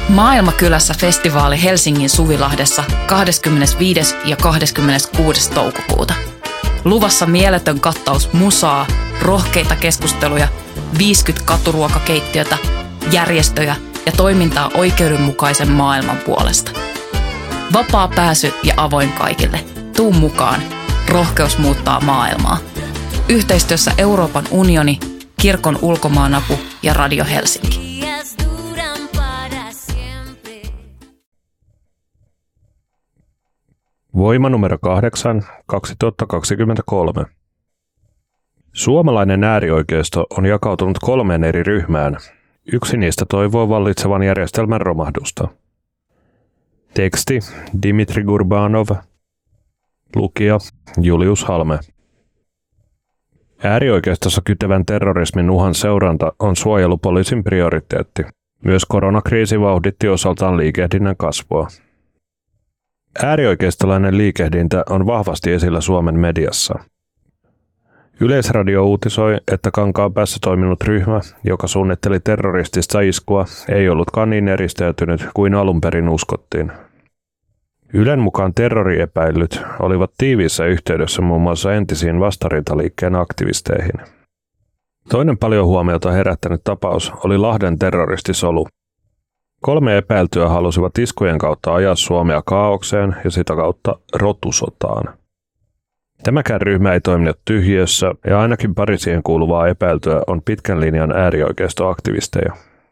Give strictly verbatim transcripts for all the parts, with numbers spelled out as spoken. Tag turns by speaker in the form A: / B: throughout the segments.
A: Maailmakylässä festivaali Helsingin Suvilahdessa kahdeskymmenesviides ja kahdeskymmeneskuudes toukokuuta. Luvassa mieletön kattaus musaa, rohkeita keskusteluja, viisikymmentä katuruokakeittiötä, järjestöjä ja toimintaa oikeudenmukaisen maailman puolesta. Vapaa pääsy ja avoin kaikille. Tuu mukaan. Rohkeus muuttaa maailmaa. Yhteistyössä Euroopan unioni, Kirkon ulkomaanapu ja Radio Helsinki.
B: Voima numero kahdeksan, kaksituhattakaksikymmentäkolme. Suomalainen äärioikeisto on jakautunut kolmeen eri ryhmään. Yksi niistä toivoo vallitsevan järjestelmän romahdusta. Teksti Dimitri Gurbanov. Lukija Julius Halme. Äärioikeistossa kytevän terrorismin uhan seuranta on suojelupoliisin prioriteetti. Myös koronakriisi vauhditti osaltaan liikehdinnän kasvua. Äärioikeistolainen liikehdintä on vahvasti esillä Suomen mediassa. Yleisradio uutisoi, että Kankaanpäässä toiminut ryhmä, joka suunnitteli terroristista iskua, ei ollutkaan niin eristäytynyt kuin alun perin uskottiin. Ylen mukaan terroriepäillyt olivat tiiviissä yhteydessä muun muassa entisiin vastarintaliikkeen aktivisteihin. Toinen paljon huomiota herättänyt tapaus oli Lahden terroristisolu. Kolme epäiltyä halusivat iskujen kautta ajaa Suomea kaaukseen ja sitä kautta rotusotaan. Tämäkään ryhmä ei toiminut tyhjiössä ja ainakin pari siihen kuuluvaa epäiltyä on pitkän linjan äärioikeistoaktivisteja.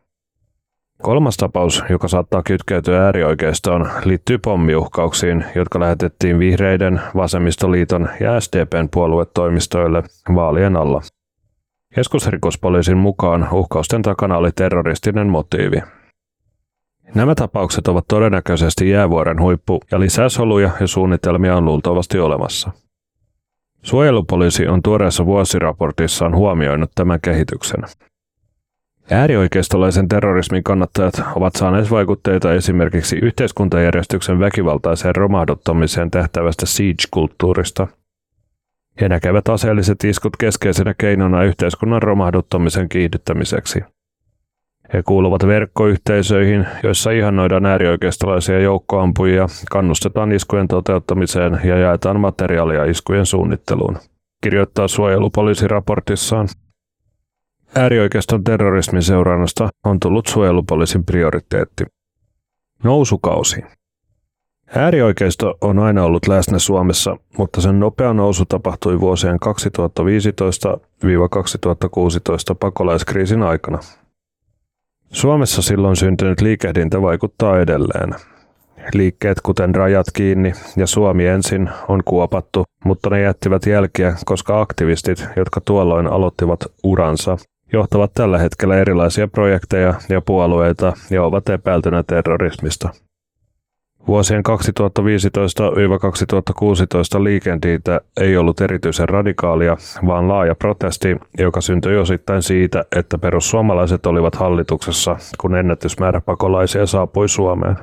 B: Kolmas tapaus, joka saattaa kytkeytyä äärioikeistoon, liittyy pommiuhkauksiin, jotka lähetettiin Vihreiden, Vasemmistoliiton ja S D P:n puoluetoimistoille vaalien alla. Keskusrikospoliisin mukaan uhkausten takana oli terroristinen motiivi. Nämä tapaukset ovat todennäköisesti jäävuoren huippu ja lisää soluja ja suunnitelmia on luultavasti olemassa. Suojelupoliisi on tuoreessa vuosiraportissaan huomioinut tämän kehityksen. Äärioikeistolaisen terrorismin kannattajat ovat saaneet vaikutteita esimerkiksi yhteiskuntajärjestyksen väkivaltaiseen romahduttamiseen tähtäävästä siege-kulttuurista. He näkevät aseelliset iskut keskeisenä keinona yhteiskunnan romahduttamisen kiihdyttämiseksi. He kuuluvat verkkoyhteisöihin, joissa ihannoidaan äärioikeistolaisia joukkoampujia, kannustetaan iskujen toteuttamiseen ja jaetaan materiaalia iskujen suunnitteluun, kirjoittaa suojelupoliisi raportissaan. Äärioikeiston terrorismin seurannasta on tullut suojelupoliisin prioriteetti. Nousukausi. Äärioikeisto on aina ollut läsnä Suomessa, mutta sen nopea nousu tapahtui vuosien kaksituhattaviisitoista kaksituhattakuusitoista pakolaiskriisin aikana. Suomessa silloin syntynyt liikehdintä vaikuttaa edelleen. Liikkeet kuten Rajat kiinni ja Suomi ensin on kuopattu, mutta ne jättivät jälkiä, koska aktivistit, jotka tuolloin aloittivat uransa, johtavat tällä hetkellä erilaisia projekteja ja puolueita ja ovat epäiltynä terrorismista. Vuosien kaksituhattaviisitoista kaksituhattakuusitoista liikehdintä ei ollut erityisen radikaalia, vaan laaja protesti, joka syntyi osittain siitä, että perussuomalaiset olivat hallituksessa, kun ennätysmäärä pakolaisia saapui Suomeen.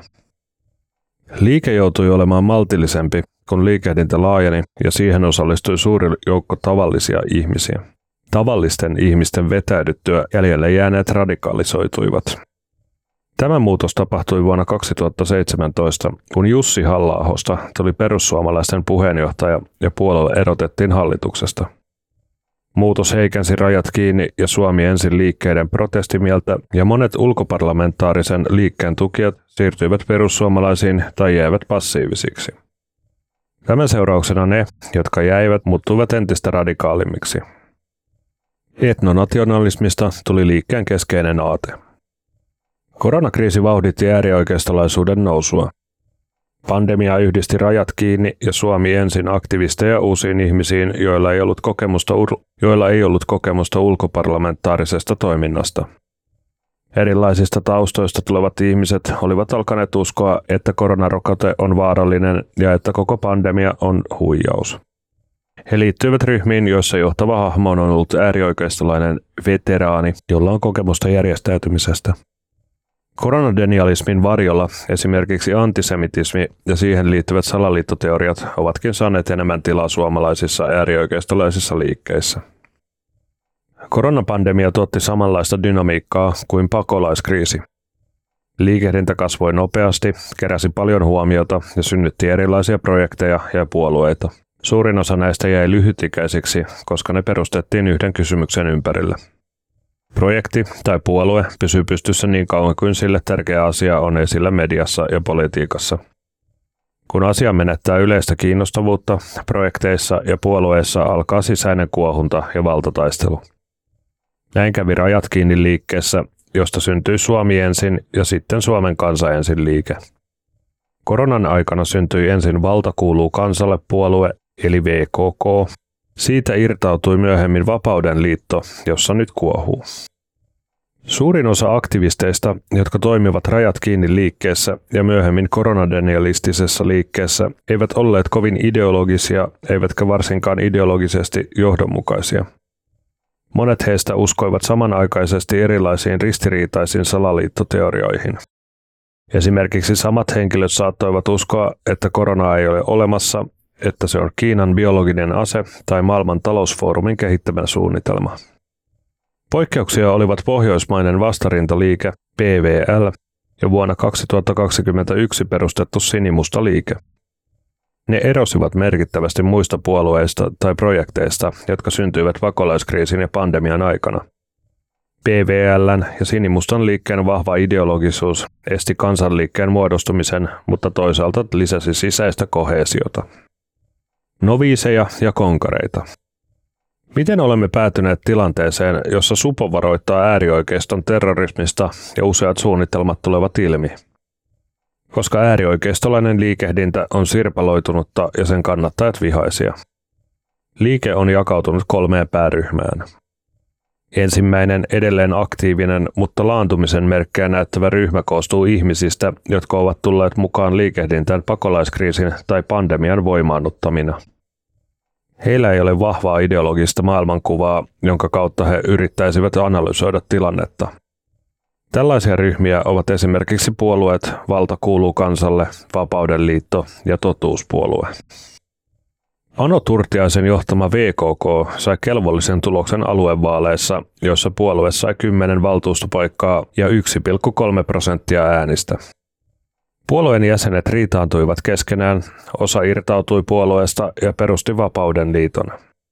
B: Liike joutui olemaan maltillisempi, kun liikehdintä laajeni ja siihen osallistui suuri joukko tavallisia ihmisiä. Tavallisten ihmisten vetäydyttyä jäljelle jääneet radikalisoituivat. Tämä muutos tapahtui vuonna kaksituhattaseitsemäntoista, kun Jussi Halla-ahosta tuli perussuomalaisten puheenjohtaja ja puolue erotettiin hallituksesta. Muutos heikensi Rajat kiinni ja Suomi ensin liikkeiden protestimieltä ja monet ulkoparlamentaarisen liikkeen tukijat siirtyivät perussuomalaisiin tai jäivät passiivisiksi. Tämän seurauksena ne, jotka jäivät, muuttuivat entistä radikaalimmiksi. Etnonationalismista tuli liikkeen keskeinen aate. Koronakriisi vauhditti äärioikeistolaisuuden nousua. Pandemia yhdisti Rajat kiinni ja Suomi ensin aktivisteja uusiin ihmisiin, joilla ei ollut kokemusta, ur- joilla ei ollut kokemusta ulkoparlamentaarisesta toiminnasta. Erilaisista taustoista tulevat ihmiset olivat alkaneet uskoa, että koronarokote on vaarallinen ja että koko pandemia on huijaus. He liittyivät ryhmiin, joissa johtava hahmo on ollut äärioikeistolainen veteraani, jolla on kokemusta järjestäytymisestä. Koronadenialismin varjolla esimerkiksi antisemitismi ja siihen liittyvät salaliittoteoriat ovatkin saaneet enemmän tilaa suomalaisissa äärioikeistolaisissa liikkeissä. Koronapandemia tuotti samanlaista dynamiikkaa kuin pakolaiskriisi. Liikehdintä kasvoi nopeasti, keräsi paljon huomiota ja synnytti erilaisia projekteja ja puolueita. Suurin osa näistä jäi lyhytikäisiksi, koska ne perustettiin yhden kysymyksen ympärille. Projekti tai puolue pysyy pystyssä niin kauan kuin sille tärkeä asia on esillä mediassa ja politiikassa. Kun asia menettää yleistä kiinnostavuutta, projekteissa ja puolueissa alkaa sisäinen kuohunta ja valtataistelu. Näin kävi Rajat kiinni -liikkeessä, josta syntyi Suomi ensin ja sitten Suomen kansa ensin -liike. Koronan aikana syntyi ensin Valta kuuluu kansalle -puolue, eli V K K. Siitä irtautui myöhemmin Vapauden liitto, jossa nyt kuohuu. Suurin osa aktivisteista, jotka toimivat Rajat kiinni -liikkeessä ja myöhemmin koronadenialistisessa liikkeessä, eivät olleet kovin ideologisia, eivätkä varsinkaan ideologisesti johdonmukaisia. Monet heistä uskoivat samanaikaisesti erilaisiin ristiriitaisiin salaliittoteorioihin. Esimerkiksi samat henkilöt saattoivat uskoa, että koronaa ei ole olemassa, että se on Kiinan biologinen ase tai maailman talousfoorumin kehittämä suunnitelma. Poikkeuksia olivat pohjoismainen vastarintaliike P V L ja vuonna kaksituhattakaksikymmentäyksi perustettu Sinimusta liike. Ne erosivat merkittävästi muista puolueista tai projekteista, jotka syntyivät pakolaiskriisin ja pandemian aikana. P V L:n ja Sinimustan liikkeen vahva ideologisuus esti kansanliikkeen muodostumisen, mutta toisaalta lisäsi sisäistä koheesiota. Noviiseja ja konkareita. Miten olemme päätyneet tilanteeseen, jossa Supo varoittaa äärioikeiston terrorismista ja useat suunnitelmat tulevat ilmi? Koska äärioikeistolainen liikehdintä on sirpaloitunutta ja sen kannattajat vihaisia. Liike on jakautunut kolmeen pääryhmään. Ensimmäinen edelleen aktiivinen, mutta laantumisen merkkejä näyttävä ryhmä koostuu ihmisistä, jotka ovat tulleet mukaan liikehdintään pakolaiskriisin tai pandemian voimaannuttamina. Heillä ei ole vahvaa ideologista maailmankuvaa, jonka kautta he yrittäisivät analysoida tilannetta. Tällaisia ryhmiä ovat esimerkiksi puolueet Valta kuuluu kansalle, Vapauden liitto ja Totuuspuolue. Ano Turtiaisen johtama V K K sai kelvollisen tuloksen aluevaaleissa, joissa puolue sai kymmenen valtuustopaikkaa ja yksi pilkku kolme prosenttia äänistä. Puolueen jäsenet riitaantuivat keskenään, osa irtautui puolueesta ja perusti Vapauden liiton.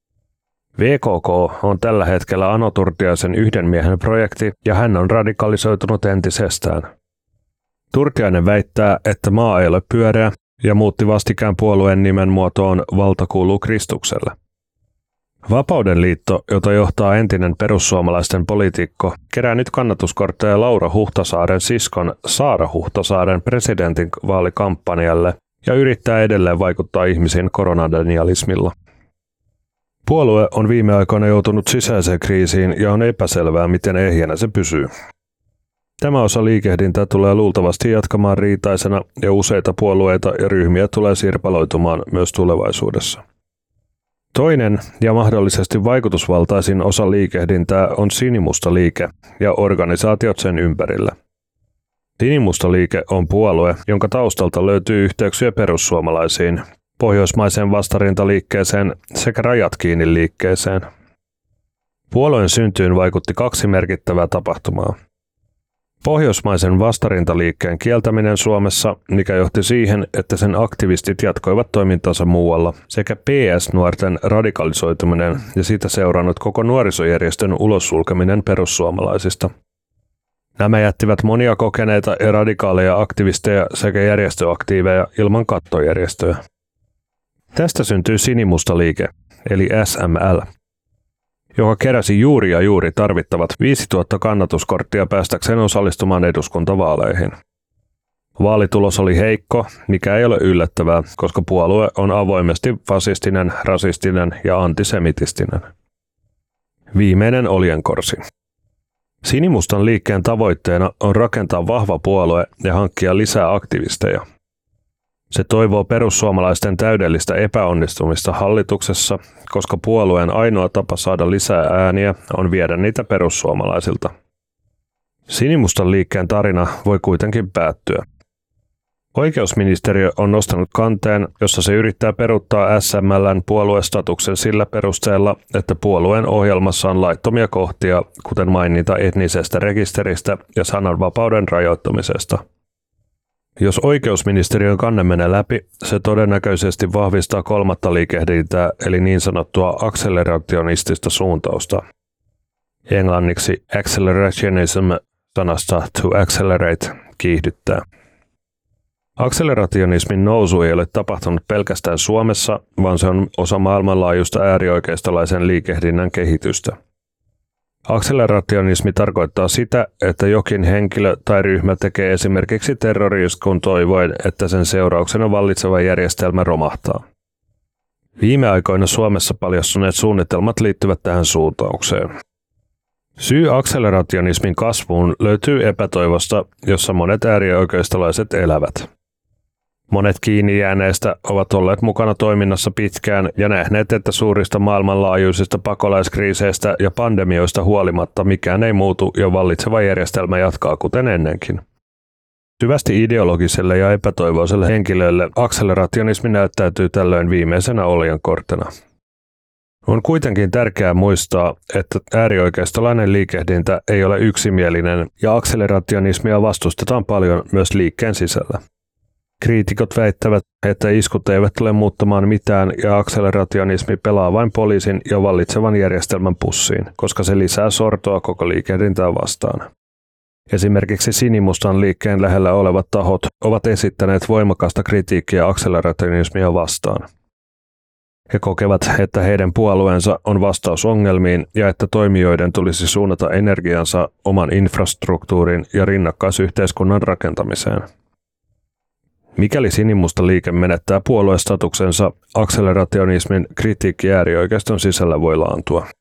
B: V K K on tällä hetkellä Ano Turtiaisen yhden miehen projekti ja hän on radikalisoitunut entisestään. Turtiainen väittää, että maa ei ole pyöreä ja muutti vastikään puolueen nimen muotoon Valta kuuluu Kristukselle. Vapauden liitto, jota johtaa entinen perussuomalaisten poliitikko, kerää nyt kannatuskortteja Laura Huhtasaaren siskon Saara Huhtasaaren presidentinvaalikampanjalle ja yrittää edelleen vaikuttaa ihmisiin koronadenialismilla. Puolue on viime aikoina joutunut sisäiseen kriisiin ja on epäselvää, miten ehjänä se pysyy. Tämä osa liikehdintää tulee luultavasti jatkamaan riitaisena ja useita puolueita ja ryhmiä tulee sirpaloitumaan myös tulevaisuudessa. Toinen ja mahdollisesti vaikutusvaltaisin osa liikehdintää on Sinimusta liike ja organisaatiot sen ympärillä. Sinimusta liike on puolue, jonka taustalta löytyy yhteyksiä perussuomalaisiin, pohjoismaiseen vastarintaliikkeeseen sekä Rajat kiinni -liikkeeseen. Puolueen syntyyn vaikutti kaksi merkittävää tapahtumaa. Pohjoismaisen vastarintaliikkeen kieltäminen Suomessa, mikä johti siihen, että sen aktivistit jatkoivat toimintansa muualla, sekä P S-nuorten radikalisoituminen ja siitä seurannut koko nuorisojärjestön ulossulkeminen perussuomalaisista. Nämä jättivät monia kokeneita ja radikaaleja aktivisteja sekä järjestöaktiiveja ilman kattojärjestöjä. Tästä syntyi Sinimusta liike, eli S M L, joka keräsi juuri ja juuri tarvittavat viisituhatta kannatuskorttia päästäkseen osallistumaan eduskuntavaaleihin. Vaalitulos oli heikko, mikä ei ole yllättävää, koska puolue on avoimesti fasistinen, rasistinen ja antisemitistinen. Viimeinen oljenkorsi. Sinimustan liikkeen tavoitteena on rakentaa vahva puolue ja hankkia lisää aktivisteja. Se toivoo perussuomalaisten täydellistä epäonnistumista hallituksessa, koska puolueen ainoa tapa saada lisää ääniä on viedä niitä perussuomalaisilta. Sinimustan liikkeen tarina voi kuitenkin päättyä. Oikeusministeriö on nostanut kanteen, jossa se yrittää peruuttaa S M L:n puoluestatuksen sillä perusteella, että puolueen ohjelmassa on laittomia kohtia, kuten maininta etnisestä rekisteristä ja sananvapauden rajoittamisesta. Jos oikeusministeriön kanne menee läpi, se todennäköisesti vahvistaa kolmatta liikehdintää, eli niin sanottua akselerationistista suuntausta. Englanniksi accelerationism sanasta to accelerate, kiihdyttää. Akselerationismin nousu ei ole tapahtunut pelkästään Suomessa, vaan se on osa maailmanlaajuista äärioikeistolaisen liikehdinnän kehitystä. Akselerationismi tarkoittaa sitä, että jokin henkilö tai ryhmä tekee esimerkiksi terrori-iskun toivoen, että sen seurauksena vallitseva järjestelmä romahtaa. Viime aikoina Suomessa paljastuneet suunnitelmat liittyvät tähän suuntaukseen. Syy akselerationismin kasvuun löytyy epätoivosta, jossa monet äärioikeistolaiset elävät. Monet kiinni jääneistä ovat olleet mukana toiminnassa pitkään ja nähneet, että suurista maailmanlaajuisista pakolaiskriiseistä ja pandemioista huolimatta mikään ei muutu ja vallitseva järjestelmä jatkaa kuten ennenkin. Syvästi ideologiselle ja epätoivoiselle henkilölle akselerationismi näyttäytyy tällöin viimeisenä oljenkortena. On kuitenkin tärkeää muistaa, että äärioikeistolainen liikehdintä ei ole yksimielinen ja akselerationismia vastustetaan paljon myös liikkeen sisällä. Kriitikot väittävät, että iskut eivät tule muuttamaan mitään ja akselerationismi pelaa vain poliisin ja vallitsevan järjestelmän pussiin, koska se lisää sortoa koko liikehdintää vastaan. Esimerkiksi sinimustan liikkeen lähellä olevat tahot ovat esittäneet voimakasta kritiikkiä akselerationismia vastaan. He kokevat, että heidän puolueensa on vastaus ongelmiin ja että toimijoiden tulisi suunnata energiansa oman infrastruktuurin ja rinnakkaisyhteiskunnan rakentamiseen. Mikäli sinimusta liike menettää puoluestatuksensa, akselerationismin kritiikki äärioikeiston sisällä voi laantua.